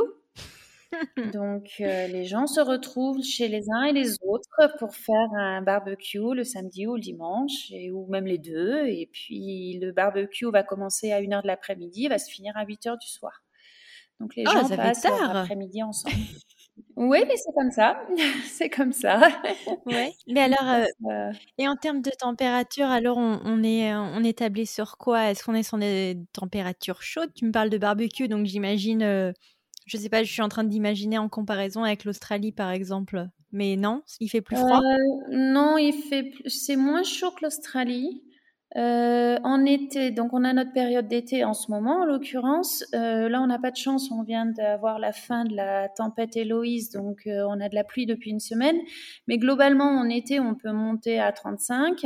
Donc, euh, les gens se retrouvent chez les uns et les autres pour faire un barbecue le samedi ou le dimanche, et, ou même les deux. Et puis, le barbecue va commencer à une heure de l'après-midi, va se finir à huit heures du soir. Donc, les Oh, gens ça fait passent leur tard. après-midi ensemble. Oui, mais c'est comme ça. C'est comme ça. Ouais. Mais alors, euh, Euh, et en termes de température, alors on, on est, euh, on est tablé sur quoi? Est-ce qu'on est sur des températures chaudes? Tu me parles de barbecue, donc j'imagine, euh, je sais pas, je suis en train d'imaginer en comparaison avec l'Australie par exemple. Mais non, il fait plus euh, froid? non, il fait, plus- c'est moins chaud que l'Australie. Euh, en été, donc on a notre période d'été en ce moment, en l'occurrence. Euh, là, on n'a pas de chance, on vient d'avoir la fin de la tempête Héloïse, donc euh, on a de la pluie depuis une semaine. Mais globalement, en été, on peut monter à trente-cinq.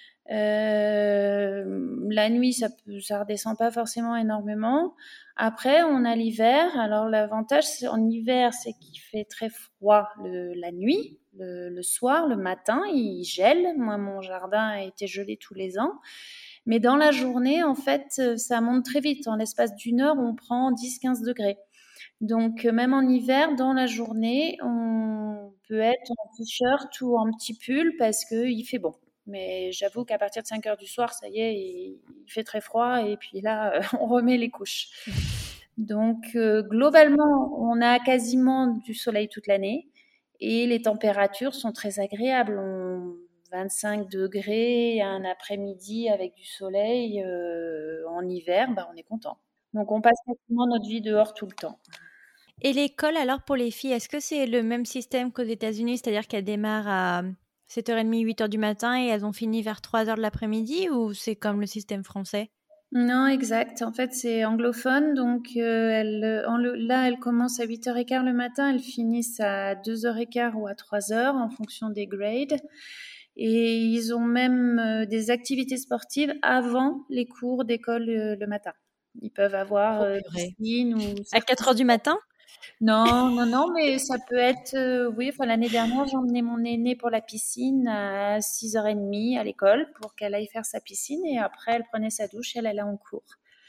Euh, la nuit, ça peut, ça redescend pas forcément énormément. Après, on a l'hiver. Alors, l'avantage c'est, en hiver, c'est qu'il fait très froid le, la nuit. Le, le soir, le matin, il gèle. Moi, mon jardin a été gelé tous les ans. Mais dans la journée, en fait, ça monte très vite. En l'espace d'une heure, on prend dix quinze degrés. Donc, même en hiver, dans la journée, on peut être en t-shirt ou en petit pull parce qu'il fait bon. Mais j'avoue qu'à partir de cinq heures du soir, ça y est, il fait très froid et puis là, on remet les couches. Donc, euh, globalement, on a quasiment du soleil toute l'année et les températures sont très agréables. On vingt-cinq degrés un après-midi avec du soleil euh, en hiver, bah, on est content. Donc, on passe quasiment notre vie dehors tout le temps. Et l'école, alors pour les filles, est-ce que c'est le même système qu'aux États-Unis, c'est-à-dire qu'elles démarrent à sept heures trente, huit heures du matin et elles ont fini vers trois heures de l'après-midi, ou c'est comme le système français? Non, exact. En fait, c'est anglophone, donc euh, elle, euh, en le- là, elles commencent à huit heures quinze le matin, elles finissent à deux heures quinze ou à trois heures en fonction des grades. Et ils ont même euh, des activités sportives avant les cours d'école euh, le matin. Ils peuvent avoir Oh euh, purée. piscine ou À certains quatre heures du sports. matin? Non, non, non, mais ça peut être, euh, oui, enfin, l'année dernière, j'ai emmené mon aînée pour la piscine à six heures trente à l'école pour qu'elle aille faire sa piscine et après, elle prenait sa douche et elle allait en cours.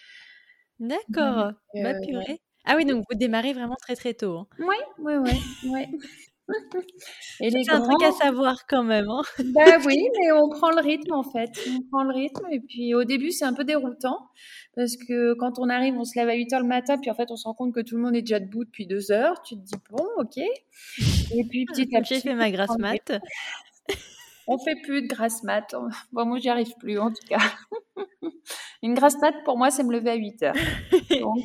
Donc, D'accord. Bah euh, ouais. purée. Ah oui, donc vous démarrez vraiment très très tôt, hein. Oui, oui, oui, oui. Et Ça, les c'est un truc à grands, savoir quand même, hein. bah oui, mais on prend le rythme en fait. On prend le rythme et puis au début, c'est un peu déroutant parce que quand on arrive, on se lève à huit heures le matin, puis en fait, on se rend compte que tout le monde est déjà debout depuis deux heures. Tu te dis, bon, ok. Et puis petit à J'ai petit, fait on ma prend grasse le rythme. mat. On fait plus de grasse mat. Bon, moi, j'y arrive plus en tout cas. Une grasse mat, pour moi, c'est me lever à huit heures. Donc,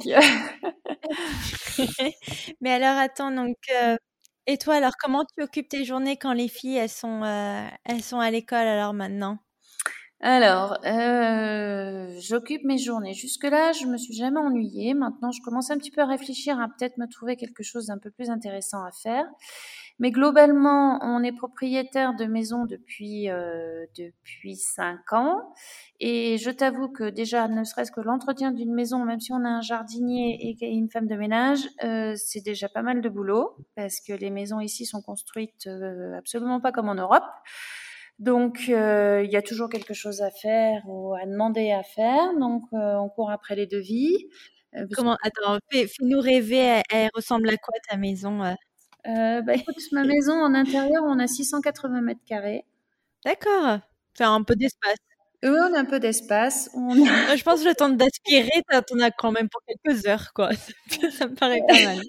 Mais alors attends, donc euh, et toi, alors comment tu occupes tes journées quand les filles elles sont euh, elles sont à l'école alors maintenant? Alors, euh, j'occupe mes journées. Jusque-là, je me suis jamais ennuyée. Maintenant, je commence un petit peu à réfléchir à peut-être me trouver quelque chose d'un peu plus intéressant à faire. Mais globalement, on est propriétaire de maison depuis euh, depuis cinq ans. Et je t'avoue que déjà, ne serait-ce que l'entretien d'une maison, même si on a un jardinier et une femme de ménage, euh, c'est déjà pas mal de boulot parce que les maisons ici sont construites euh, absolument pas comme en Europe. Donc, euh, il y a toujours quelque chose à faire ou à demander à faire. Donc, euh, on court après les devis. Euh, parce que, Comment? Attends, fais, fais-nous rêver. Elle, elle ressemble à quoi ta maison? euh Euh, bah écoute, ma maison en intérieur, on a six cent quatre-vingts mètres carrés. D'accord. C'est un peu d'espace. Eux, on a un peu d'espace. On a, Moi, je pense que le temps d'aspirer, ça t'en as quand même pour quelques heures, quoi. Ça me paraît pas mal.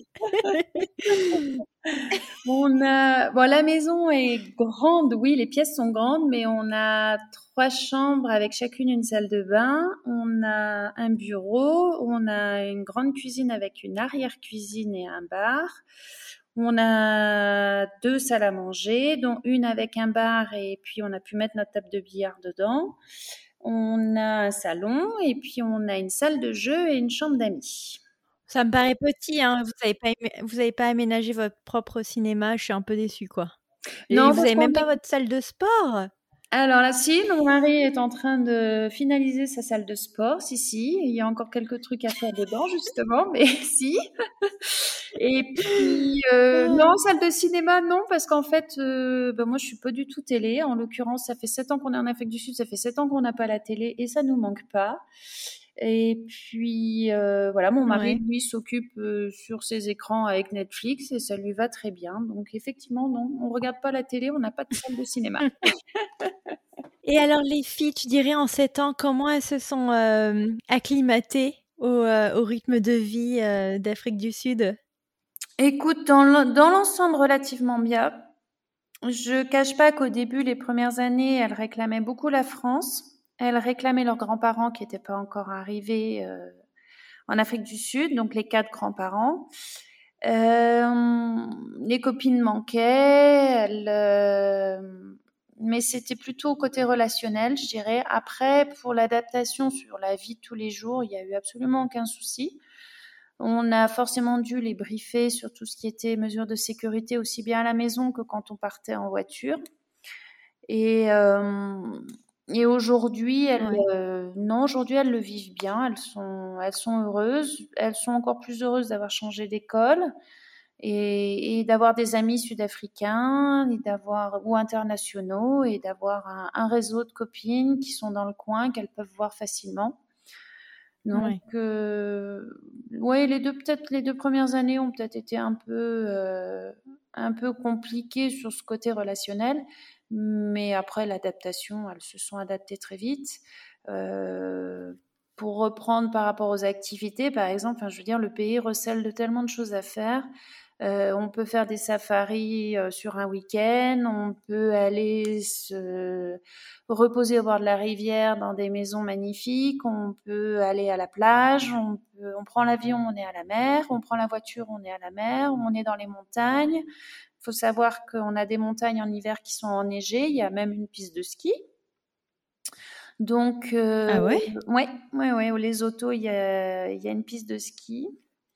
on a, bon, la maison est grande, oui, les pièces sont grandes, mais on a trois chambres avec chacune une salle de bain. On a un bureau, on a une grande cuisine avec une arrière-cuisine et un bar. On a deux salles à manger, dont une avec un bar et puis on a pu mettre notre table de billard dedans. On a un salon et puis on a une salle de jeu et une chambre d'amis. Ça me paraît petit, hein. Vous avez pas, aimé- vous avez pas aménagé votre propre cinéma. Je suis un peu déçue, quoi. Et Non, vous parce avez qu'on même pas est... votre salle de sport? Alors là, si, mon mari est en train de finaliser sa salle de sport. Si, si, il y a encore quelques trucs à faire dedans, justement, mais si. Et puis, euh, Ah, non, salle de cinéma, non, parce qu'en fait, euh, ben moi, je suis pas du tout télé. En l'occurrence, ça fait sept ans qu'on est en Afrique du Sud, ça fait sept ans qu'on n'a pas la télé et ça nous manque pas. Et puis, euh, voilà, mon mari, ouais. lui, s'occupe euh, sur ses écrans avec Netflix et ça lui va très bien. Donc, effectivement, non, on regarde pas la télé, on n'a pas de salle de cinéma. Et alors, les filles, tu dirais en sept ans, comment elles se sont euh, acclimatées au, euh, au rythme de vie euh, d'Afrique du Sud? Écoute, dans l'en- dans l'ensemble, relativement bien. Je cache pas qu'au début, les premières années, elles réclamaient beaucoup la France. Elles réclamaient leurs grands-parents qui n'étaient pas encore arrivés euh, en Afrique du Sud, donc les quatre grands-parents. Euh, les copines manquaient, elles, euh, mais c'était plutôt côté relationnel, je dirais. Après, pour l'adaptation sur la vie de tous les jours, il y a eu absolument aucun souci. On a forcément dû les briefer sur tout ce qui était mesures de sécurité, aussi bien à la maison que quand on partait en voiture. Et, euh, et aujourd'hui, elles, Ouais. euh, non, aujourd'hui, elles le vivent bien. Elles sont, elles sont heureuses. Elles sont encore plus heureuses d'avoir changé d'école et, et d'avoir des amis sud-africains et d'avoir ou internationaux et d'avoir un, un réseau de copines qui sont dans le coin qu'elles peuvent voir facilement. Donc, Ouais. euh, ouais, les deux peut-être les deux premières années ont peut-être été un peu euh, un peu compliquées sur ce côté relationnel, mais après l'adaptation, elles se sont adaptées très vite. Euh, pour reprendre par rapport aux activités, par exemple, enfin, je veux dire, le pays recèle de tellement de choses à faire. Euh, on peut faire des safaris euh, sur un week-end, on peut aller se reposer au bord de la rivière dans des maisons magnifiques, on peut aller à la plage, on, peut, on prend l'avion, on est à la mer, on prend la voiture, on est à la mer, on est dans les montagnes. Il faut savoir qu'on a des montagnes en hiver qui sont enneigées, il y a même une piste de ski. Donc, euh, Ah ouais? ouais, ouais, ouais, au Lesotho, il y a, il y a une piste de ski.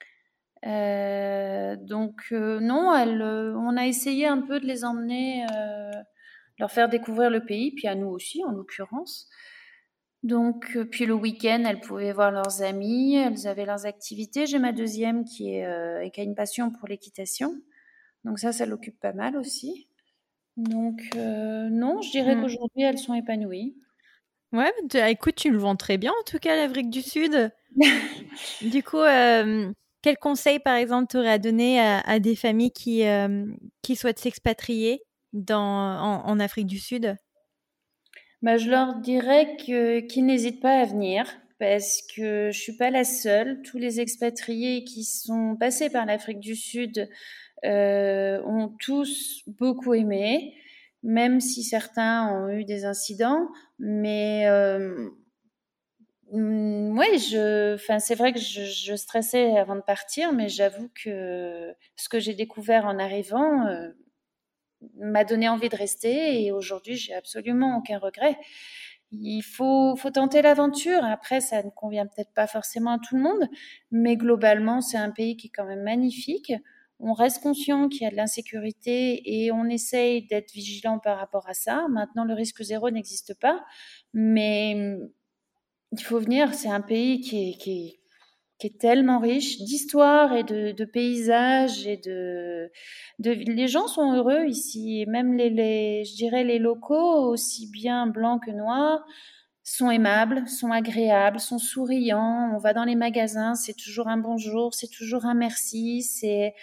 Euh, donc euh, non, elle, euh, on a essayé un peu de les emmener, euh, leur faire découvrir le pays, puis à nous aussi en l'occurrence. Donc euh, puis le week-end, elles pouvaient voir leurs amis, elles avaient leurs activités. J'ai ma deuxième qui est euh, et qui a une passion pour l'équitation, donc ça, ça l'occupe pas mal aussi. Donc euh, non, je dirais Hmm. qu'aujourd'hui elles sont épanouies. Ouais, bah, tu- écoute, tu le vends très bien, en tout cas, l'Afrique du Sud. Du coup, euh, quel conseil, par exemple, tu aurais à donner à, à des familles qui, euh, qui souhaitent s'expatrier dans, en, en Afrique du Sud? Bah, je leur dirais que qu'ils n'hésitent pas à venir parce que je suis pas la seule. Tous les expatriés qui sont passés par l'Afrique du Sud euh, ont tous beaucoup aimé, même si certains ont eu des incidents. Mais euh, mm, ouais, je, enfin, c'est vrai que je, je stressais avant de partir, mais j'avoue que ce que j'ai découvert en arrivant euh, m'a donné envie de rester et aujourd'hui, j'ai absolument aucun regret. Il faut, faut tenter l'aventure. Après, ça ne convient peut-être pas forcément à tout le monde, mais globalement, c'est un pays qui est quand même magnifique. On reste conscient qu'il y a de l'insécurité et on essaye d'être vigilant par rapport à ça. Maintenant, le risque zéro n'existe pas, mais il faut venir. C'est un pays qui est, qui est, qui est tellement riche d'histoire et de, de paysages et de, de, les gens sont heureux ici, même les, les, je dirais les locaux, aussi bien blancs que noirs, sont aimables, sont agréables, sont souriants. On va dans les magasins, c'est toujours un bonjour, c'est toujours un merci, c'est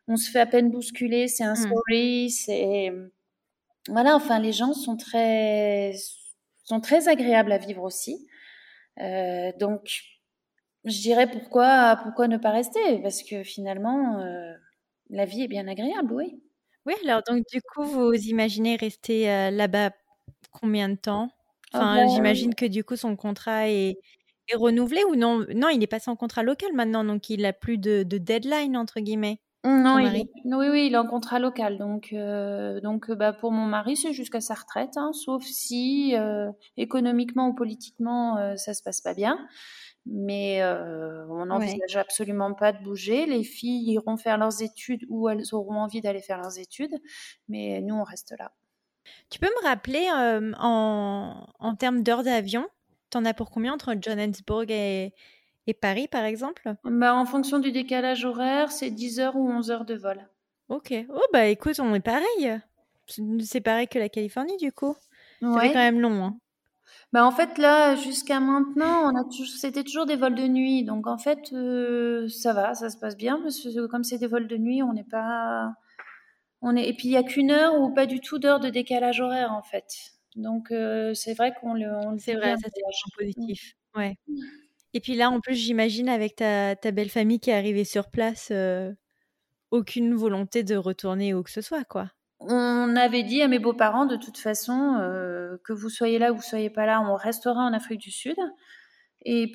on se fait à peine bousculer, c'est un Mmh. sorry, c'est voilà, enfin les gens sont très sont très agréables à vivre aussi. Heu, donc je dirais pourquoi pourquoi ne pas rester? Parce que finalement, heu, la vie est bien agréable, oui. Oui, alors donc du coup, vous imaginez rester, heu, là-bas combien de temps? Ah Enfin, bah, j'imagine que du coup son contrat est est renouvelé ou non? Non, il est passé en contrat local maintenant, donc il a plus de de «deadline» entre guillemets, non, ton il mari? est oui, oui, il est en contrat local donc heu, donc heu, bah, pour mon mari, c'est jusqu'à sa retraite, hein, sauf si, heu, économiquement ou politiquement, heu, ça se passe pas bien. Mais heu, on Ouais. n'envisage absolument pas de bouger. Les filles iront faire leurs études où elles auront envie d'aller faire leurs études, mais nous, on reste là. Tu peux me rappeler, hem, en en termes d'heures d'avion, tu en as pour combien entre Johannesburg et et Paris, par exemple? Bah, en fonction du décalage horaire, c'est dix heures ou onze heures de vol. OK. Oh bah, écoute, on est pareil. C'est c'est pareil que la Californie, du coup. Ça fait Ouais. quand même long, hein? Bah, en fait, là, jusqu'à maintenant, on a tou c'était toujours des vols de nuit. Donc en fait, heu, ça va, ça se passe bien parce que comme c'est des vols de nuit, on n'est pas on est et puis il y a qu'une heure ou pas du tout d'heure de décalage horaire, en fait. Donc heu, c'est vrai qu'on le on le C'est vit bien vrai, le ça, c'est le voyage. point Mmh. positif. Ouais. Et puis là, en plus, j'imagine avec ta ta belle famille qui est arrivée sur place, heu, aucune volonté de retourner où que ce soit, quoi? On avait dit à mes beaux-parents, de toute façon, heu, que vous soyez là ou vous soyez pas là, on restera en Afrique du Sud. Et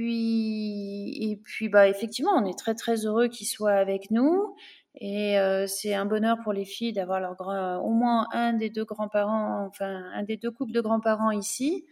puis et puis, bah, effectivement, on est très, très heureux qu'ils soient avec nous et heu, c'est un bonheur pour les filles d'avoir leur grand au moins un des deux grands-parents, enfin, un des deux couples de grands-parents ici.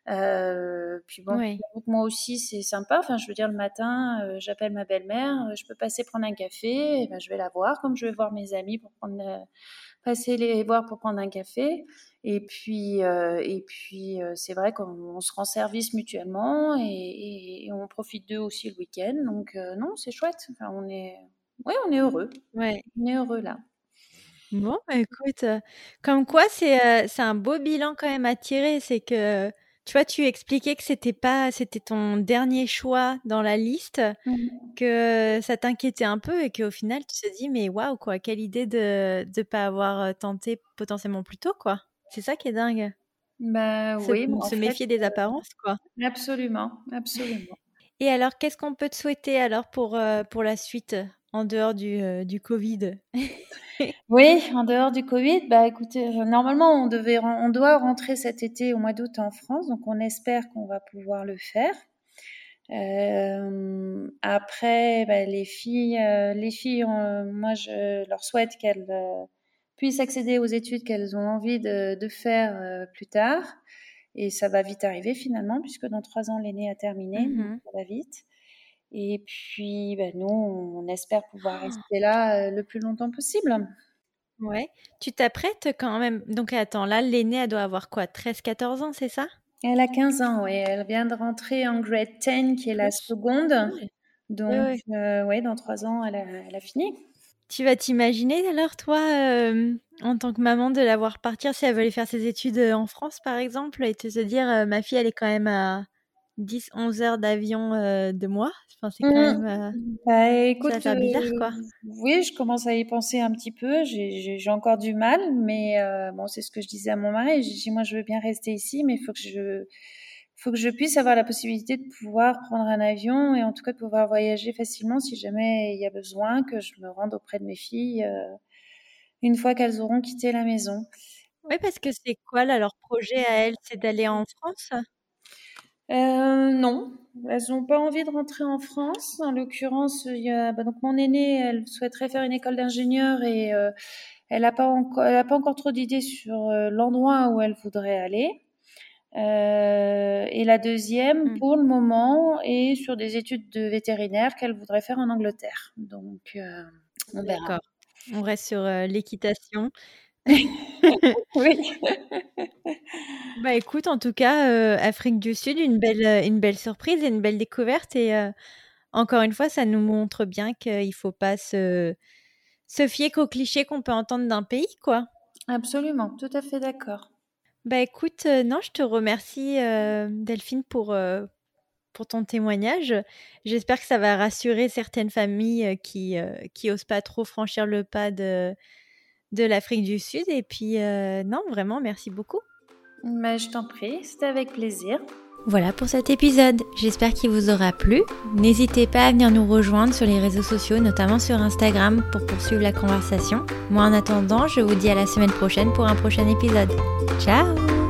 Heu, puis bon, Ouais. j'avoue que moi aussi, c'est sympa. Enfin, je veux dire, le matin, heu, j'appelle ma belle-mère, heu, je peux passer prendre un café et ben, je vais la voir comme je vais voir mes amis pour prendre, heu, passer les voir pour prendre un café. Et puis, euh, et puis euh, c'est vrai qu'on on se rend service mutuellement et, et- et on profite d'eux aussi le week-end. Donc euh, non, c'est chouette. Enfin, on est, ouais, on est heureux. Ouais. On est heureux là. Bon, bah, écoute, heu, comme quoi c'est, heu, c'est un beau bilan quand même à tirer. C'est que, tu vois, tu expliquais que c'était pas c'était ton dernier choix dans la liste, Mhm. que ça t'inquiétait un peu et qu'au final tu te dis: «Mais waouh quoi, quelle idée de de pas avoir, heu, tenté potentiellement plus tôt, quoi». C'est ça qui est dingue. Bah Se oui, en se fait, méfier des apparences, quoi. absolument, absolument. Et alors, qu'est-ce qu'on peut te souhaiter alors pour, heu, pour la suite, en dehors du, heu, du Covid? Oui, en dehors du Covid, bah écoutez, euh, normalement on devait, ren- on doit rentrer cet été au mois d'août en France, donc on espère qu'on va pouvoir le faire. Euh, après, bah, les filles, euh, les filles, ont- moi, je leur souhaite qu'elles euh, puissent accéder aux études qu'elles ont envie de, de faire euh, plus tard. Et ça va vite arriver finalement, puisque dans trois ans, l'aîné a terminé, donc Mmh. ça va vite. Et puis, bah, nous, on espère pouvoir rester là euh, le plus longtemps possible. Ouais. Tu t'apprêtes quand même donc attends, là, l'aînée, elle doit avoir quoi? Treize, quatorze ans, c'est ça? Elle a quinze ans, et elle vient de rentrer en grade dix, qui est la Plus? seconde. Ouais. Ouais, Donc, ouais. euh, ouais, dans trois ans, elle a, elle a fini. Tu vas t'imaginer alors toi, hem, en tant que maman, de la voir partir si elle veut aller faire ses études, heu, en France, par exemple et te se dire, heu: «Ma fille, elle est quand même à dix, onze heures d'avion, heu, de moi». Enfin, c'est quand Mmh. même, heu, Bah, ça va écoute, faire bizarre, heu, quoi. oui, je commence à y penser un petit peu. J'ai j'ai j'ai encore du mal, mais heu, bon, c'est ce que je disais à mon mari. J'ai dit: «Moi, je veux bien rester ici, mais il faut que je faut que je puisse avoir la possibilité de pouvoir prendre un avion et en tout cas de pouvoir voyager facilement si jamais il y a besoin, que je me rende auprès de mes filles, heu, une fois qu'elles auront quitté la maison». Oui, parce que c'est quoi là leur projet à elles? C'est d'aller en France? Heu, non, elles ont pas envie de rentrer en France. En l'occurrence, il y a bah, donc mon aînée, elle souhaiterait faire une école d'ingénieur et heu, elle a pas enco elle a pas encore trop d'idées sur, heu, l'endroit où elle voudrait aller. Heu et la deuxième, Mmh. pour le moment, est sur des études de vétérinaire qu'elle voudrait faire en Angleterre. Donc heu, on verra. D'accord. On reste sur, heu, l'équitation. Oui. Bah, écoute, en tout cas, heu, Afrique du Sud, une belle, heu, une belle surprise et une belle découverte et heu, encore une fois, ça nous montre bien qu'il faut pas se se fier qu'aux clichés qu'on peut entendre d'un pays, quoi. Absolument, tout à fait d'accord. Bah, écoute, heu, non, je te remercie, heu, Delphine pour, heu, pour ton témoignage. J'espère que ça va rassurer certaines familles qui euh, qui osent pas trop franchir le pas de, de l'Afrique du Sud. Et puis, euh, non, vraiment, merci beaucoup. Mais je t'en prie, c'était avec plaisir. Voilà pour cet épisode. J'espère qu'il vous aura plu. N'hésitez pas à venir nous rejoindre sur les réseaux sociaux, notamment sur Instagram, pour poursuivre la conversation. Moi, en attendant, je vous dis à la semaine prochaine pour un prochain épisode. Ciao!